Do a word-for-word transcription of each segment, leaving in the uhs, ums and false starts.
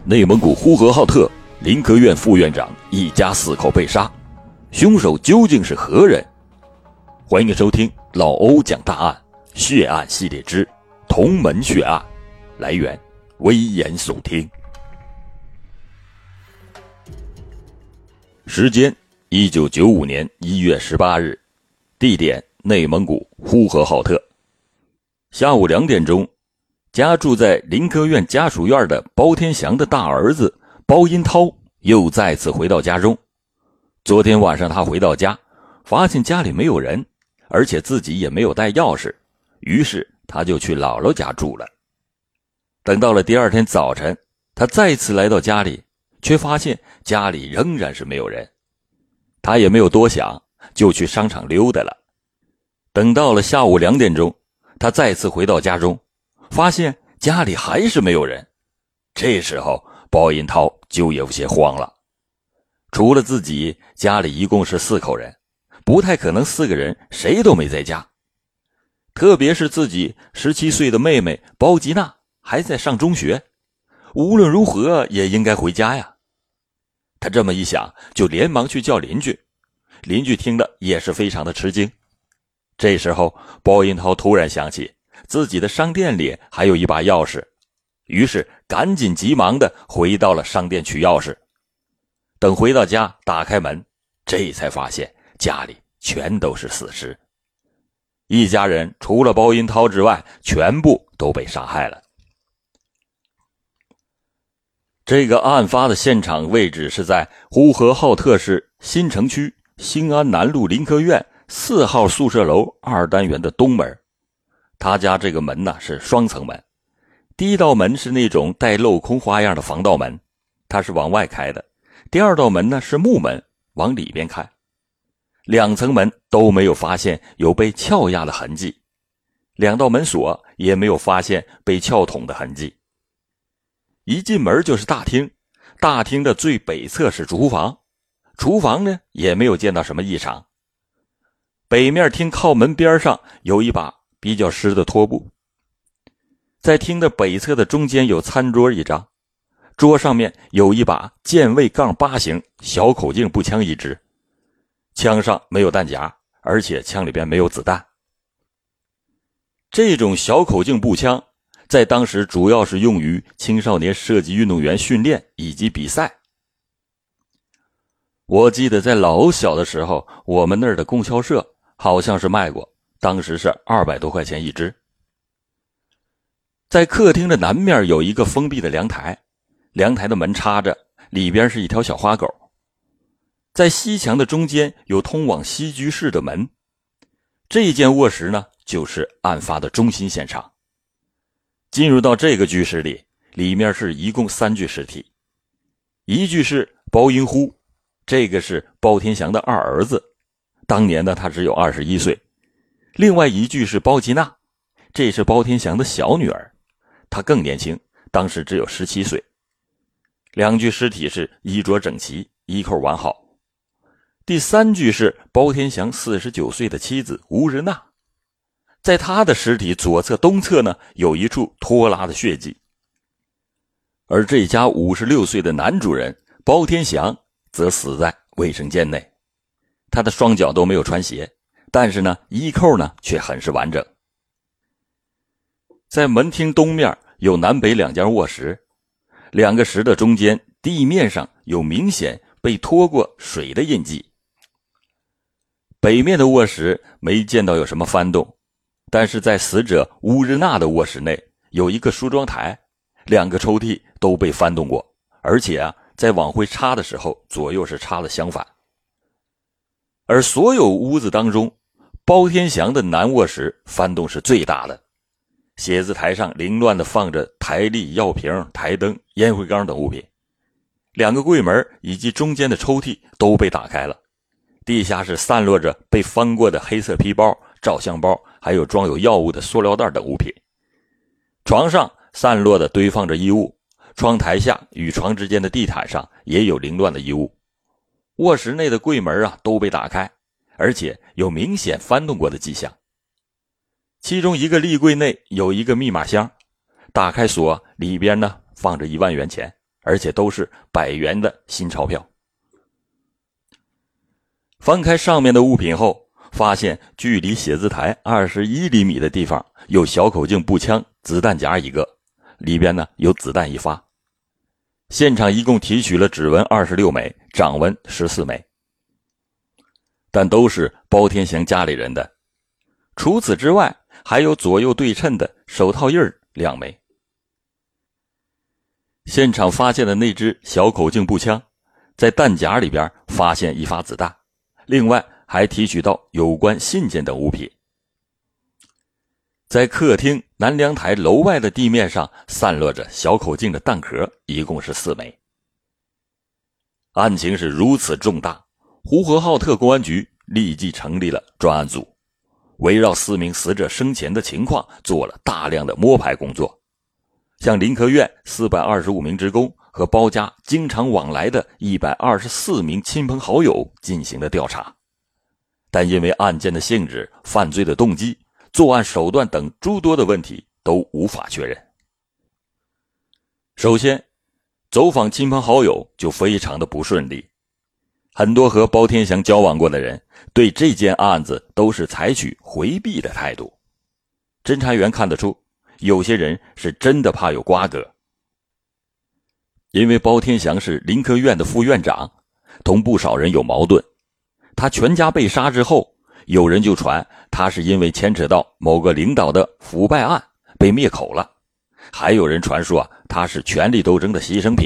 内蒙古呼和浩特林科院副院长一家四口被杀，凶手究竟是何人？欢迎收听老欧讲大案血案系列之同门血案，来源危言耸听。时间一九九五年一月十八日，地点内蒙古呼和浩特。下午两点钟，家住在林科院家属院的包天祥的大儿子包银涛又再次回到家中。昨天晚上他回到家，发现家里没有人，而且自己也没有带钥匙，于是他就去姥姥家住了。等到了第二天早晨，他再次来到家里，却发现家里仍然是没有人。他也没有多想，就去商场溜达了。等到了下午两点钟，他再次回到家中，发现家里还是没有人。这时候包银涛就有些慌了，除了自己，家里一共是四口人，不太可能四个人谁都没在家，特别是自己十七岁的妹妹包吉娜还在上中学，无论如何也应该回家呀。他这么一想，就连忙去叫邻居。邻居听了也是非常的吃惊。这时候包银涛突然想起自己的商店里还有一把钥匙，于是赶紧急忙地回到了商店取钥匙。等回到家打开门，这才发现家里全都是死尸，一家人除了包银涛之外全部都被杀害了。这个案发的现场位置是在呼和浩特市新城区兴安南路林科院四号宿舍楼二单元的东门。他家这个门呢是双层门，第一道门是那种带镂空花样的防盗门，它是往外开的。第二道门呢是木门，往里边开。两层门都没有发现有被撬压的痕迹，两道门锁也没有发现被撬捅的痕迹。一进门就是大厅，大厅的最北侧是厨房，厨房呢也没有见到什么异常。北面厅靠门边上有一把比较湿的拖布，在厅的北侧的中间有餐桌一张，桌上面有一把剑位杠八型小口径步枪一支，枪上没有弹夹，而且枪里边没有子弹。这种小口径步枪在当时主要是用于青少年射击运动员训练以及比赛。我记得在老小的时候，我们那儿的供销社好像是卖过，当时是二百多块钱一支。在客厅的南面有一个封闭的凉台，凉台的门插着，里边是一条小花狗。在西墙的中间有通往西居室的门，这间卧室呢就是案发的中心现场。进入到这个居室里，里面是一共三具尸体，一具是包银呼，这个是包天祥的二儿子，当年呢他只有二十一岁。另外一具是包吉娜，这是包天祥的小女儿，她更年轻，当时只有十七岁。两具尸体是衣着整齐，衣扣完好。第三具是包天祥四十九岁的妻子吴日娜，在她的尸体左侧东侧呢有一处拖拉的血迹。而这家五十六岁的男主人包天祥则死在卫生间内，他的双脚都没有穿鞋，但是呢衣扣呢却很是完整。在门厅东面有南北两间卧室，两个室的中间地面上有明显被拖过水的印记。北面的卧室没见到有什么翻动，但是在死者乌日娜的卧室内有一个梳妆台，两个抽屉都被翻动过，而且啊在往回插的时候左右是插的相反。而所有屋子当中，包天祥的南卧室翻动是最大的，写字台上凌乱地放着台历、药瓶、台灯、烟灰缸等物品，两个柜门以及中间的抽屉都被打开了，地下是散落着被翻过的黑色皮包、照相包，还有装有药物的塑料袋等物品。床上散落的堆放着衣物，窗台下与床之间的地毯上也有凌乱的衣物。卧室内的柜门啊都被打开，而且有明显翻动过的迹象。其中一个立柜内有一个密码箱，打开锁里边呢放着一万元钱， 而且都是百元的新钞票。翻开上面的物品后，发现距离写字台二十一厘米的地方有小口径步枪子弹夹一个，里边呢有子弹一发。现场一共提取了指纹二十六枚，掌纹十四枚，但都是包天祥家里人的。除此之外，还有左右对称的手套印儿两枚。现场发现的那支小口径步枪，在弹夹里边发现一发子弹，另外还提取到有关信件等物品。在客厅南阳台楼外的地面上散落着小口径的弹壳，一共是四枚。案情是如此重大，呼和浩特公安局立即成立了专案组，围绕四名死者生前的情况做了大量的摸排工作，向林科院四百二十五名职工和包家经常往来的一百二十四名亲朋好友进行了调查。但因为案件的性质、犯罪的动机、作案手段等诸多的问题都无法确认。首先，走访亲朋好友就非常的不顺利，很多和包天祥交往过的人对这件案子都是采取回避的态度。侦查员看得出，有些人是真的怕有瓜葛。因为包天祥是林科院的副院长，同不少人有矛盾。他全家被杀之后，有人就传他是因为牵扯到某个领导的腐败案被灭口了，还有人传说啊，他是权力斗争的牺牲品。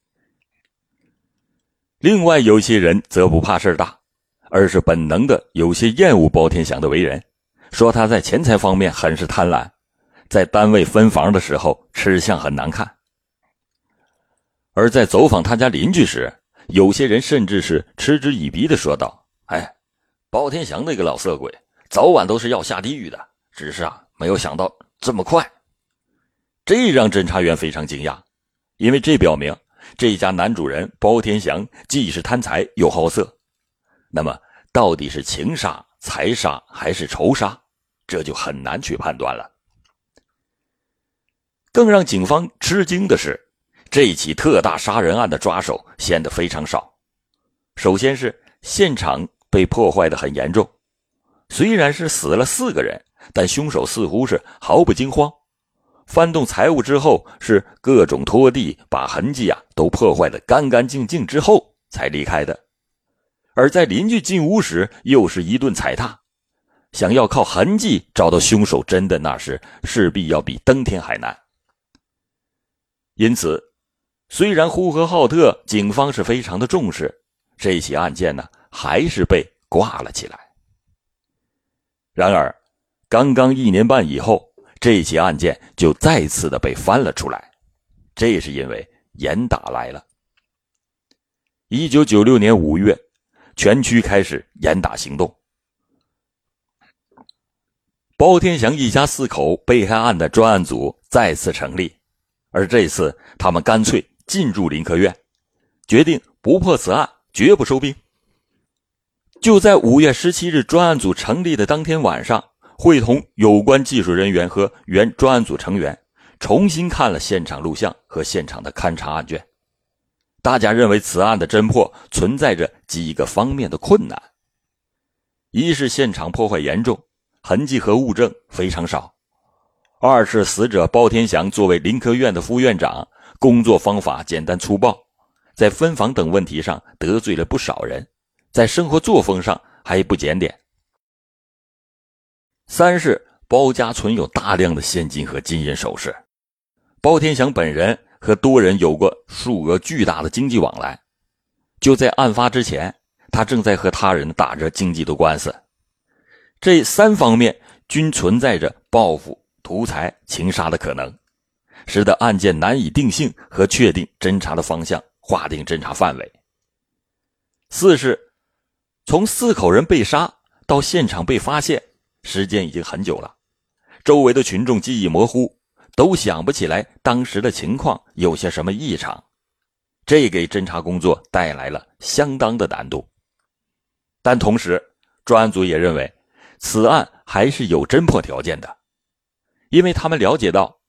另外有些人则不怕事大，而是本能的有些厌恶包天祥的为人，说他在钱财方面很是贪婪，在单位分房的时候吃相很难看。而在走访他家邻居时，有些人甚至是嗤之以鼻地说道，哎，包天祥那个老色鬼早晚都是要下地狱的，只是啊没有想到这么快。这让侦查员非常惊讶，因为这表明这家男主人包天祥既是贪财又好色。那么到底是情杀、财杀还是仇杀，这就很难去判断了。更让警方吃惊的是，这起特大杀人案的抓手显得非常少。首先是现场被破坏得很严重，虽然是死了四个人，但凶手似乎是毫不惊慌。翻动财物之后，是各种拖地，把痕迹啊都破坏得干干净净之后才离开的。而在邻居进屋时，又是一顿踩踏，想要靠痕迹找到凶手，真的那是势必要比登天还难。因此，虽然呼和浩特警方是非常的重视，这起案件呢还是被挂了起来。然而刚刚一年半以后，这起案件就再次的被翻了出来，这是因为严打来了。一九九六年五月，全区开始严打行动，包天祥一家四口被害案的专案组再次成立，而这次他们干脆进入林科院，决定不破此案绝不收兵。就在五月十七日专案组成立的当天晚上，会同有关技术人员和原专案组成员重新看了现场录像和现场的勘查案卷。大家认为此案的侦破存在着几个方面的困难。一是现场破坏严重，痕迹和物证非常少。二是死者包天祥作为林科院的副院长，工作方法简单粗暴，在分房等问题上得罪了不少人，在生活作风上还不检点。三是包家存有大量的现金和金银首饰，包天祥本人和多人有过数额巨大的经济往来，就在案发之前，他正在和他人打着经济的官司。这三方面均存在着报复、图财、情杀的可能，使得案件难以定性和确定侦查的方向，划定侦查范围。四是从四口人被杀到现场被发现，时间已经很久了，周围的群众记忆模糊，都想不起来当时的情况有些什么异常，这给侦查工作带来了相当的难度。但同时，专案组也认为此案还是有侦破条件的，因为他们了解到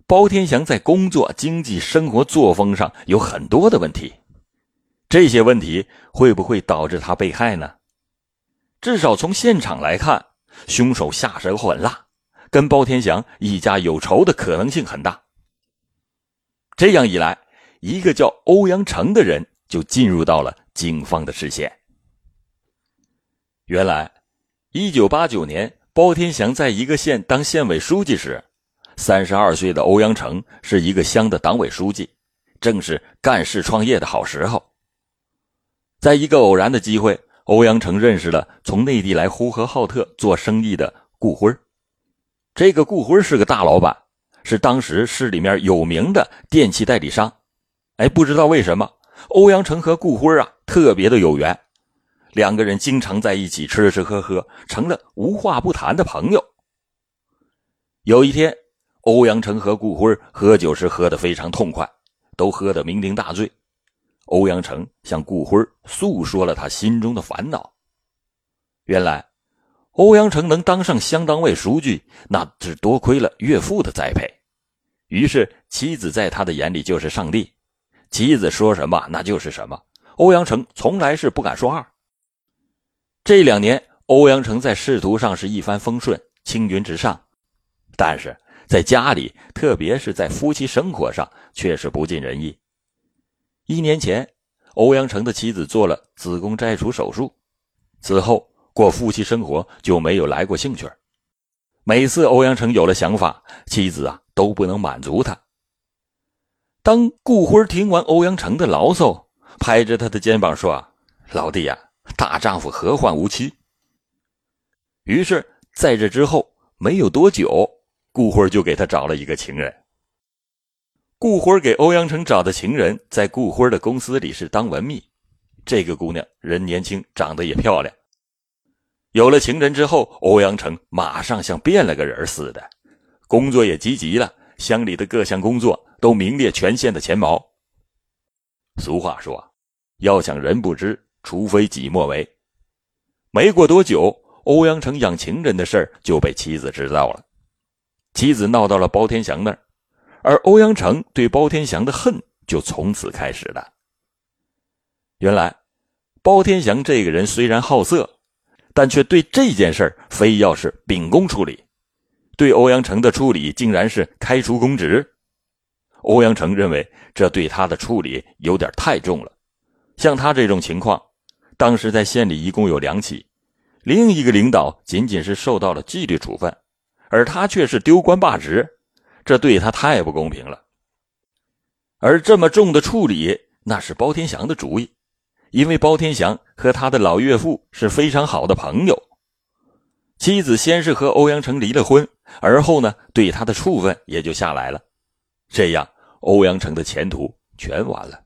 包天祥在工作、经济、生活作风上有很多的问题，这些问题会不会导致他被害呢？至少从现场来看，凶手下手狠辣，跟包天祥一家有仇的可能性很大。这样一来，一个叫欧阳成的人就进入到了警方的视线。原来一九八九年包天祥在一个县当县委书记时，三十二岁的欧阳成是一个乡的党委书记，正是干事创业的好时候。在一个偶然的机会，欧阳成认识了从内地来呼和浩特做生意的顾辉。这个顾辉是个大老板，是当时市里面有名的电器代理商。哎，不知道为什么欧阳成和顾辉啊特别的有缘，两个人经常在一起吃吃喝喝，成了无话不谈的朋友。有一天，欧阳成和顾辉喝酒时喝得非常痛快，都喝得酩酊大醉。欧阳成向顾辉诉说了他心中的烦恼。原来欧阳成能当上乡党委书记，那只多亏了岳父的栽培。于是妻子在他的眼里就是上帝，妻子说什么那就是什么，欧阳成从来是不敢说二。这两年欧阳成在仕途上是一帆风顺，青云直上，但是在家里，特别是在夫妻生活上却是不尽人意。一年前，欧阳成的妻子做了子宫摘除手术，此后过夫妻生活就没有来过兴趣。每次欧阳成有了想法，妻子啊都不能满足他。当顾辉听完欧阳成的牢骚，拍着他的肩膀说：“老弟啊，大丈夫何患无妻。”于是在这之后没有多久，顾辉就给他找了一个情人。顾辉给欧阳成找的情人在顾辉的公司里是当文秘，这个姑娘人年轻，长得也漂亮。有了情人之后，欧阳成马上像变了个人似的，工作也积极了，乡里的各项工作都名列全县的前茅。俗话说，要想人不知，除非己莫为。没过多久，欧阳成养情人的事儿就被妻子知道了，妻子闹到了包天祥那儿，而欧阳成对包天祥的恨就从此开始了。原来包天祥这个人虽然好色，但却对这件事非要是秉公处理，对欧阳成的处理竟然是开除公职。欧阳成认为这对他的处理有点太重了，像他这种情况，当时在县里一共有两起，另一个领导仅仅是受到了纪律处分，而他却是丢官罢职，这对他太不公平了。而这么重的处理，那是包天祥的主意，因为包天祥和他的老岳父是非常好的朋友。妻子先是和欧阳成离了婚，而后呢，对他的处分也就下来了，这样欧阳成的前途全完了。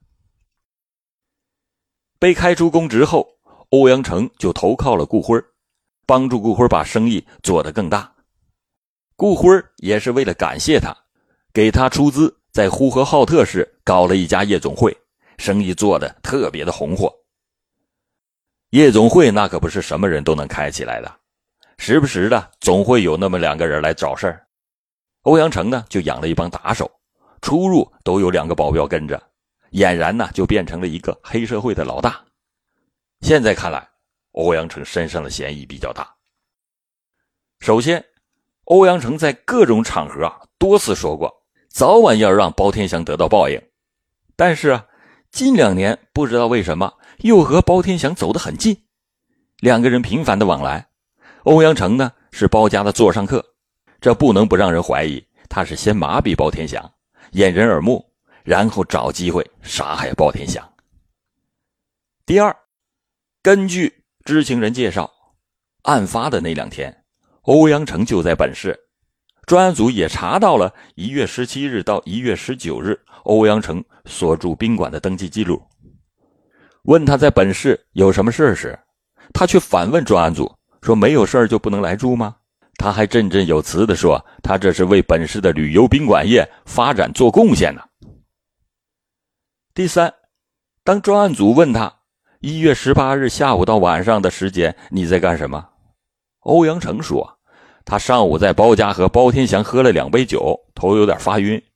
被开除公职后，欧阳成就投靠了顾辉，帮助顾辉把生意做得更大。顾辉也是为了感谢他，给他出资在呼和浩特市搞了一家夜总会，生意做得特别的红火。夜总会那可不是什么人都能开起来的，时不时的总会有那么两个人来找事儿。欧阳成呢就养了一帮打手，出入都有两个保镖跟着，俨然呢就变成了一个黑社会的老大。现在看来，欧阳成身上的嫌疑比较大。首先，欧阳成在各种场合啊多次说过，早晚要让包天祥得到报应。但是啊，近两年不知道为什么又和包天祥走得很近，两个人频繁的往来。欧阳成呢是包家的座上客，这不能不让人怀疑他是先麻痹包天祥，掩人耳目，然后找机会杀害包天祥。第二，根据知情人介绍，案发的那两天，欧阳成就在本市。专案组也查到了一月十七日到一月十九日欧阳成所住宾馆的登记记录。问他在本市有什么事时，他却反问专案组说没有事就不能来住吗？他还振振有词地说他这是为本市的旅游宾馆业发展做贡献呢。第三，当专案组问他一月十八日下午到晚上的时间你在干什么，欧阳成说他上午在包家和包天祥喝了两杯酒，头有点发晕，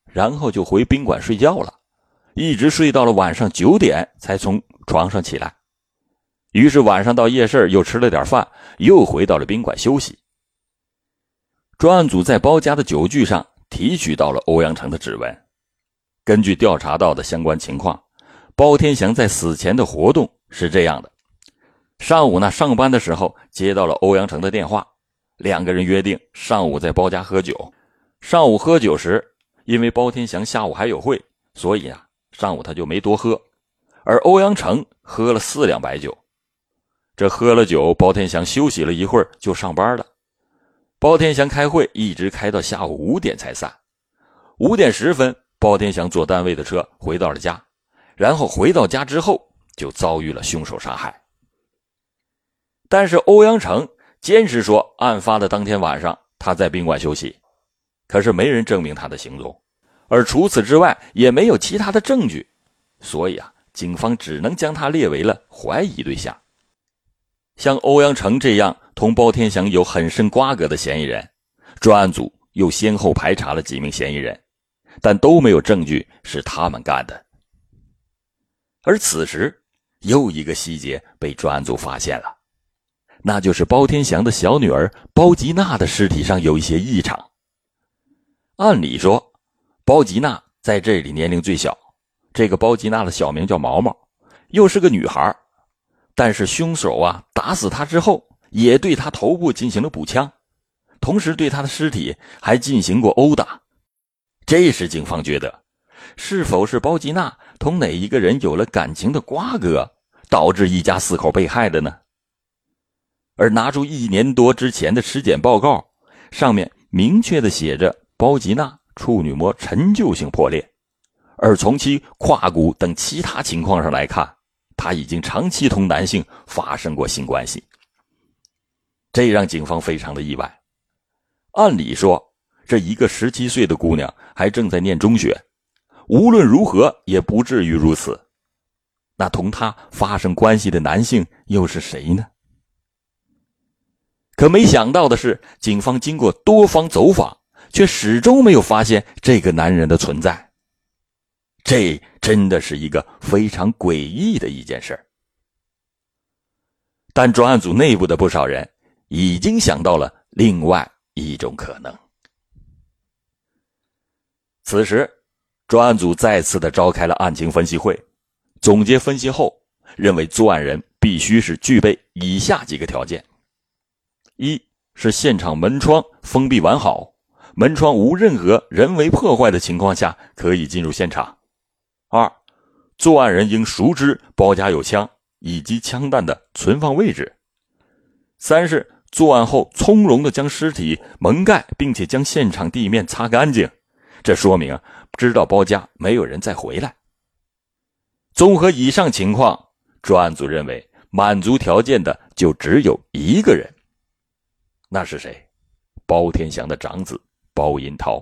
然后就回宾馆睡觉了，一直睡到了晚上九点才从床上起来。于是晚上到夜市又吃了点饭，又回到了宾馆休息。专案组在包家的酒具上提取到了欧阳成的指纹。根据调查到的相关情况，包天祥在死前的活动是这样的：上午呢，上班的时候接到了欧阳成的电话，两个人约定上午在包家喝酒。上午喝酒时，因为包天祥下午还有会，所以啊，上午他就没多喝，而欧阳成喝了四两白酒。这喝了酒，包天祥休息了一会儿就上班了。包天祥开会一直开到下午五点才散。五点十分，包天祥坐单位的车回到了家，然后回到家之后就遭遇了凶手杀害。但是欧阳成坚持说案发的当天晚上他在宾馆休息，可是没人证明他的行踪，而除此之外也没有其他的证据，所以啊，警方只能将他列为了怀疑对象。像欧阳成这样同包天祥有很深瓜葛的嫌疑人，专案组又先后排查了几名嫌疑人，但都没有证据是他们干的。而此时又一个细节被专案组发现了，那就是包天祥的小女儿包吉娜的尸体上有一些异常。按理说包吉娜在这里年龄最小，这个包吉娜的小名叫毛毛，又是个女孩，但是凶手啊打死她之后也对她头部进行了补枪，同时对她的尸体还进行过殴打。这时警方觉得是否是包吉娜同哪一个人有了感情的瓜葛，导致一家四口被害的呢？而拿出一年多之前的尸检报告，上面明确地写着包吉娜处女膜陈旧性破裂，而从其胯骨等其他情况上来看，她已经长期同男性发生过性关系。这让警方非常的意外。按理说这一个十七岁的姑娘还正在念中学，无论如何也不至于如此。那同她发生关系的男性又是谁呢？可没想到的是，警方经过多方走访，却始终没有发现这个男人的存在。这真的是一个非常诡异的一件事。但专案组内部的不少人已经想到了另外一种可能。此时专案组再次的召开了案情分析会，总结分析后认为作案人必须是具备以下几个条件：一是现场门窗封闭完好，门窗无任何人为破坏的情况下可以进入现场；二，作案人应熟知包家有枪以及枪弹的存放位置；三是作案后从容地将尸体蒙盖，并且将现场地面擦干净，这说明啊，知道包家没有人再回来。综合以上情况，专案组认为满足条件的就只有一个人，那是谁？包天祥的长子包银涛。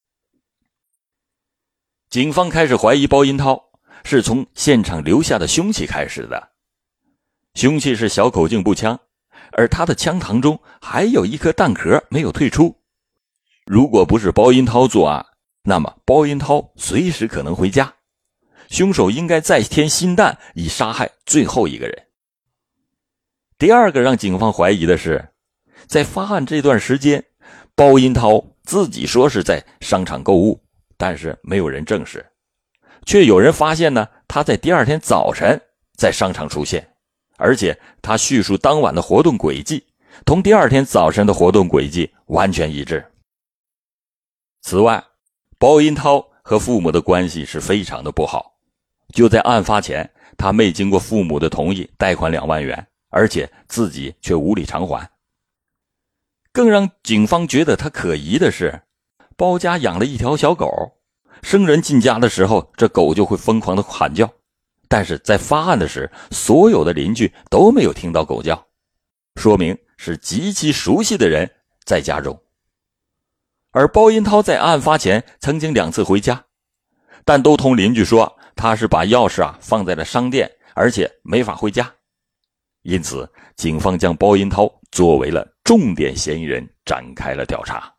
警方开始怀疑包银涛是从现场留下的凶器开始的。凶器是小口径步枪，而他的枪膛中还有一颗弹壳没有退出。如果不是包银涛作案，那么包银涛随时可能回家，凶手应该再添新弹以杀害最后一个人。第二个让警方怀疑的是，在发案这段时间，包银涛自己说是在商场购物，但是没有人证实，却有人发现呢，他在第二天早晨在商场出现，而且他叙述当晚的活动轨迹同第二天早晨的活动轨迹完全一致。此外，包银涛和父母的关系是非常的不好，就在案发前，他没经过父母的同意贷款两万元，而且自己却无力偿还。更让警方觉得他可疑的是，包家养了一条小狗，生人进家的时候，这狗就会疯狂的喊叫，但是在发案的时，所有的邻居都没有听到狗叫，说明是极其熟悉的人在家中。而包银涛在案发前曾经两次回家，但都同邻居说他是把钥匙啊放在了商店，而且没法回家。因此警方将包银涛作为了重点嫌疑人展开了调查。